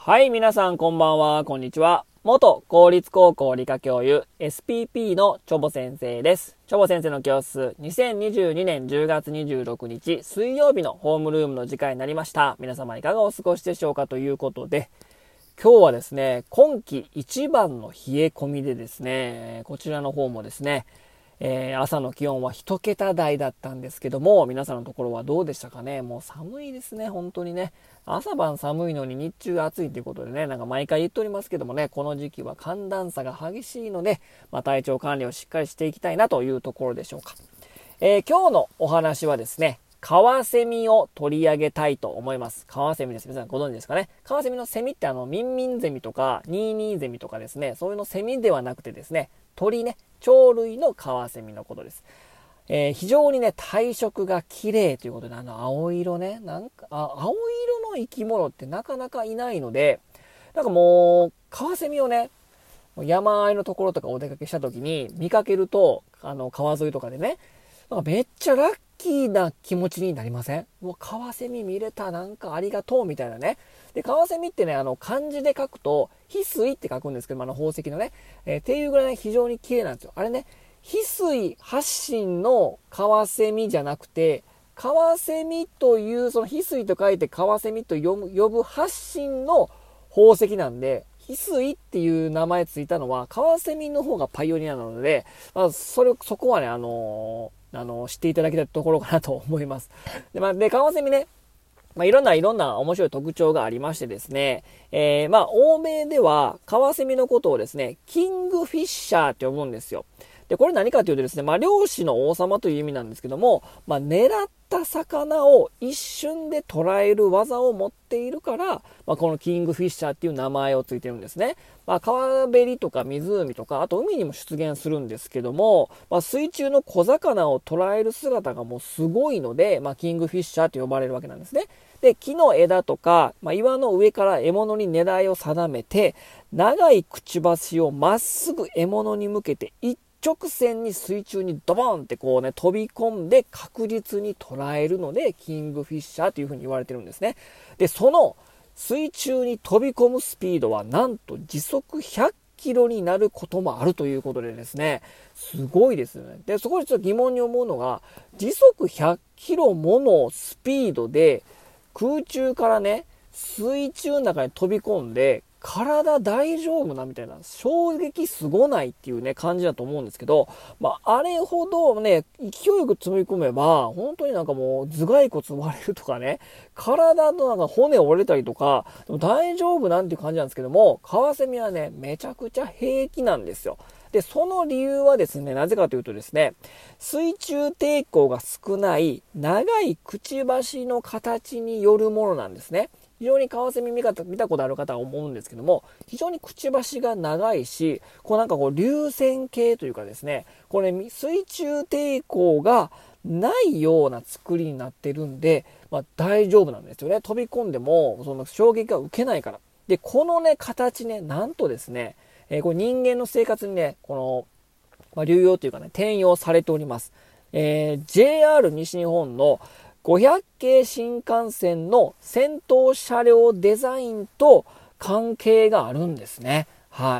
はい、皆さんこんばんは、こんにちは。元公立高校理科教諭 SPP のチョボ先生です。チョボ先生の教室、2022年10月26日水曜日のホームルームの時間になりました。皆様いかがお過ごしでしょうかということで、今日はですね、今季一番の冷え込みでですね、こちらの方もですね、朝の気温は1桁台だったんですけども、皆さんのところはどうでしたかね。もう寒いですね、本当にね。朝晩寒いのに日中暑いということでね、なんか毎回言っておりますけどもね、この時期は寒暖差が激しいので、体調管理をしっかりしていきたいなというところでしょうか。今日のお話はですね、カワセミを取り上げたいと思います。カワセミです。皆さんご存知ですかね。カワセミのセミってミンミンゼミとかニーニーゼミとかですね、そういうのセミではなくてですね、鳥ね、鳥類のカワセミのことです。非常にね、体色が綺麗ということで、青色ね、青色の生き物ってなかなかいないので、なんかもう、カワセミをね、山あいのところとかお出かけした時に見かけると、川沿いとかでね、なんかめっちゃラッキーな気持ちになりません？もうカワセミ見れた、なんかありがとうみたいなね。で、カワセミってね、漢字で書くと、翡翠って書くんですけど、宝石のね、っていうぐらいね、非常に綺麗なんですよ。あれね、翡翠発信のカワセミじゃなくて、カワセミという、その翡翠と書いてカワセミと呼ぶ発信の宝石なんで、翡翠っていう名前ついたのは、カワセミの方がパイオニアなので、そこはね、知っていただきたいところかなと思います。で、カワセミね、いろんな面白い特徴がありましてですね、欧米ではカワセミのことをですね、キングフィッシャーって呼ぶんですよ。で、これ何かというとですね、漁師の王様という意味なんですけども、狙った魚を一瞬で捉える技を持っているから、このキングフィッシャーっていう名前をついてるんですね。川べりとか湖とか、あと海にも出現するんですけども、水中の小魚を捉える姿がもうすごいので、キングフィッシャーと呼ばれるわけなんですね。で、木の枝とか、岩の上から獲物に狙いを定めて、長いくちばしをまっすぐ獲物に向けて一直線に水中にドボンってこうね、飛び込んで確実に捉えるので、キングフィッシャーというふうに言われてるんですね。で、その水中に飛び込むスピードはなんと時速100キロになることもあるということでですね、すごいですよね。で、そこでちょっと疑問に思うのが、時速100キロものスピードで空中からね、水中の中に飛び込んで、体大丈夫なみたいな、衝撃すごないっていうね、感じだと思うんですけど、あれほどね、勢いよく積み込めば、本当になんかもう頭蓋骨割れるとかね、体のなんか骨折れたりとか、大丈夫なんていう感じなんですけども、カワセミはね、めちゃくちゃ平気なんですよ。で、その理由はですね、なぜかというとですね、水中抵抗が少ない長いくちばしの形によるものなんですね。非常にカワセミ見たことある方は思うんですけども、非常にくちばしが長いし、流線形というかですね、これ水中抵抗がないような作りになってるんで、大丈夫なんですよね。飛び込んでもその衝撃が受けないから。で、このね、形ね、なんとですね、これ人間の生活にね、流用というかね、転用されております。JR 西日本の500系新幹線の先頭車両デザインと関係があるんですね。はい。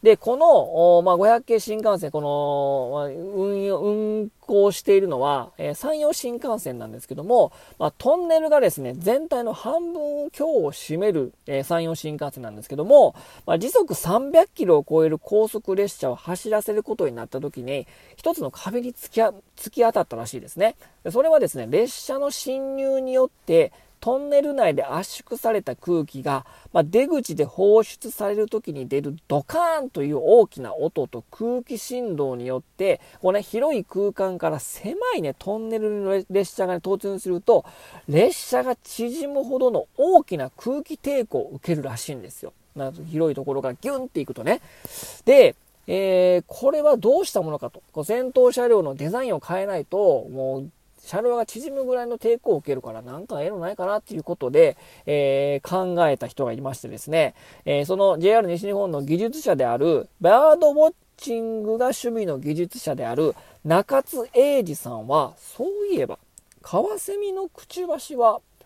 で、この、500系新幹線、運行しているのは、山陽新幹線なんですけども、トンネルがですね、全体の半分強を占める、山陽新幹線なんですけども、時速300キロを超える高速列車を走らせることになった時に、一つの壁に突き当たったらしいですね。それはですね、列車の進入によって、トンネル内で圧縮された空気が、出口で放出される時に出るドカーンという大きな音と空気振動によって、広い空間から狭いね、トンネルの列車が、突入すると、列車が縮むほどの大きな空気抵抗を受けるらしいんですよ。広いところがギュンっていくとね。で、これはどうしたものかと。先頭車両のデザインを変えないと、もう、車両が縮むぐらいの抵抗を受けるからなんかないかなっていうことで、考えた人がいましてですね、その JR 西日本の技術者であるバードウォッチングが趣味の技術者である中津英二さんは、そういえばカワセミのくちばしは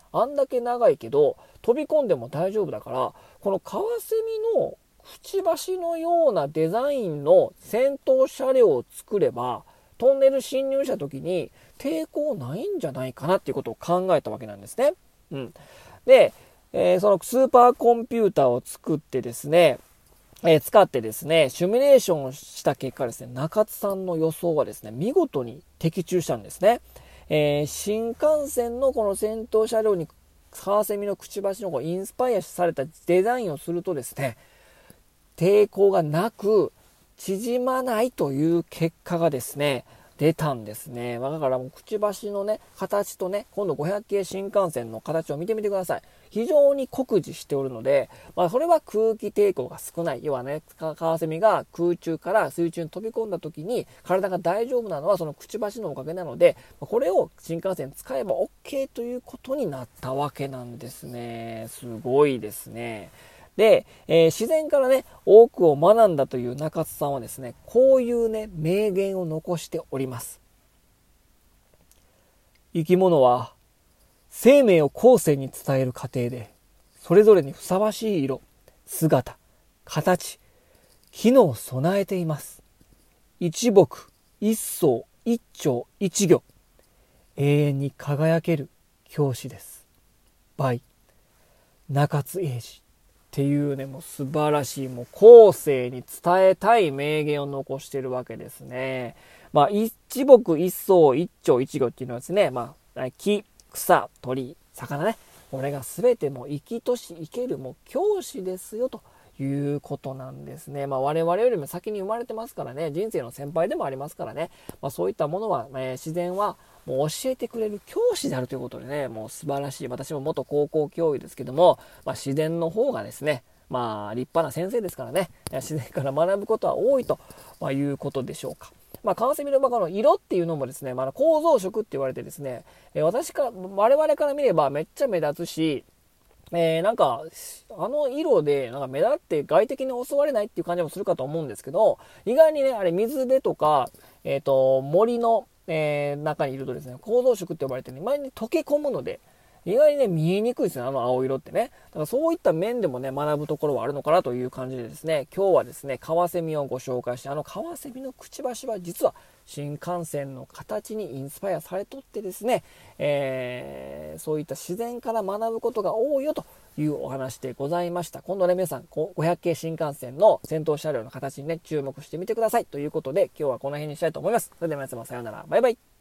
あんだけ長いけど飛び込んでも大丈夫だから、このカワセミのくちばしのようなデザインの先頭車両を作れば、トンネル侵入した時に抵抗ないんじゃないかなっていうことを考えたわけなんですね。で、そのスーパーコンピューターを作ってですね、使ってですね、シミュレーションをした結果ですね、中津さんの予想はですね、見事に的中したんですね。新幹線のこの先頭車両にカワセミのくちばしのインスパイアされたデザインをするとですね、抵抗がなく縮まないという結果がですね、出たんですね。だからもうくちばしのね、形とね、今度500系新幹線の形を見てみてください。非常に酷似しておるので、それは空気抵抗が少ない。要はね、カワセミが空中から水中に飛び込んだ時に体が大丈夫なのはそのくちばしのおかげなので、これを新幹線使えば OK ということになったわけなんですね。すごいですね。で、自然からね、多くを学んだという中津さんはですね、こういうね、名言を残しております。生き物は、生命を後世に伝える過程で、それぞれにふさわしい色、姿、形、機能を備えています。一木、一草、一鳥、一魚。永遠に輝ける教師です。by 中津英二。っていうね、もう素晴らしい、もう後世に伝えたい名言を残しているわけですね。一木一草一鳥一魚っていうのはですね、木、草、鳥、魚ね、これが全てもう生きとし生けるもう教師ですよということなんですね。我々よりも先に生まれてますからね、人生の先輩でもありますからね、そういったものは、自然はもう教えてくれる教師であるということでね、もう素晴らしい。私も元高校教諭ですけども、自然の方がですね、立派な先生ですからね、自然から学ぶことは多いということでしょうか。カワセミのこの色っていうのもですね、構造色って言われてですね、我々から見ればめっちゃ目立つし、あの色で目立って外敵に襲われないっていう感じもするかと思うんですけど、意外にね、あれ水辺とか、森の、中にいるとですね、構造色って呼ばれてね、前に溶け込むので、意外にね、見えにくいですね、あの青色ってね。だからそういった面でもね、学ぶところはあるのかなという感じでですね、今日はですね、カワセミをご紹介して、カワセミのくちばしは実は新幹線の形にインスパイアされとってですね、そういった自然から学ぶことが多いよというお話でございました。今度ね、皆さん、500系新幹線の先頭車両の形にね、注目してみてください。ということで、今日はこの辺にしたいと思います。それでは皆様さようなら。バイバイ。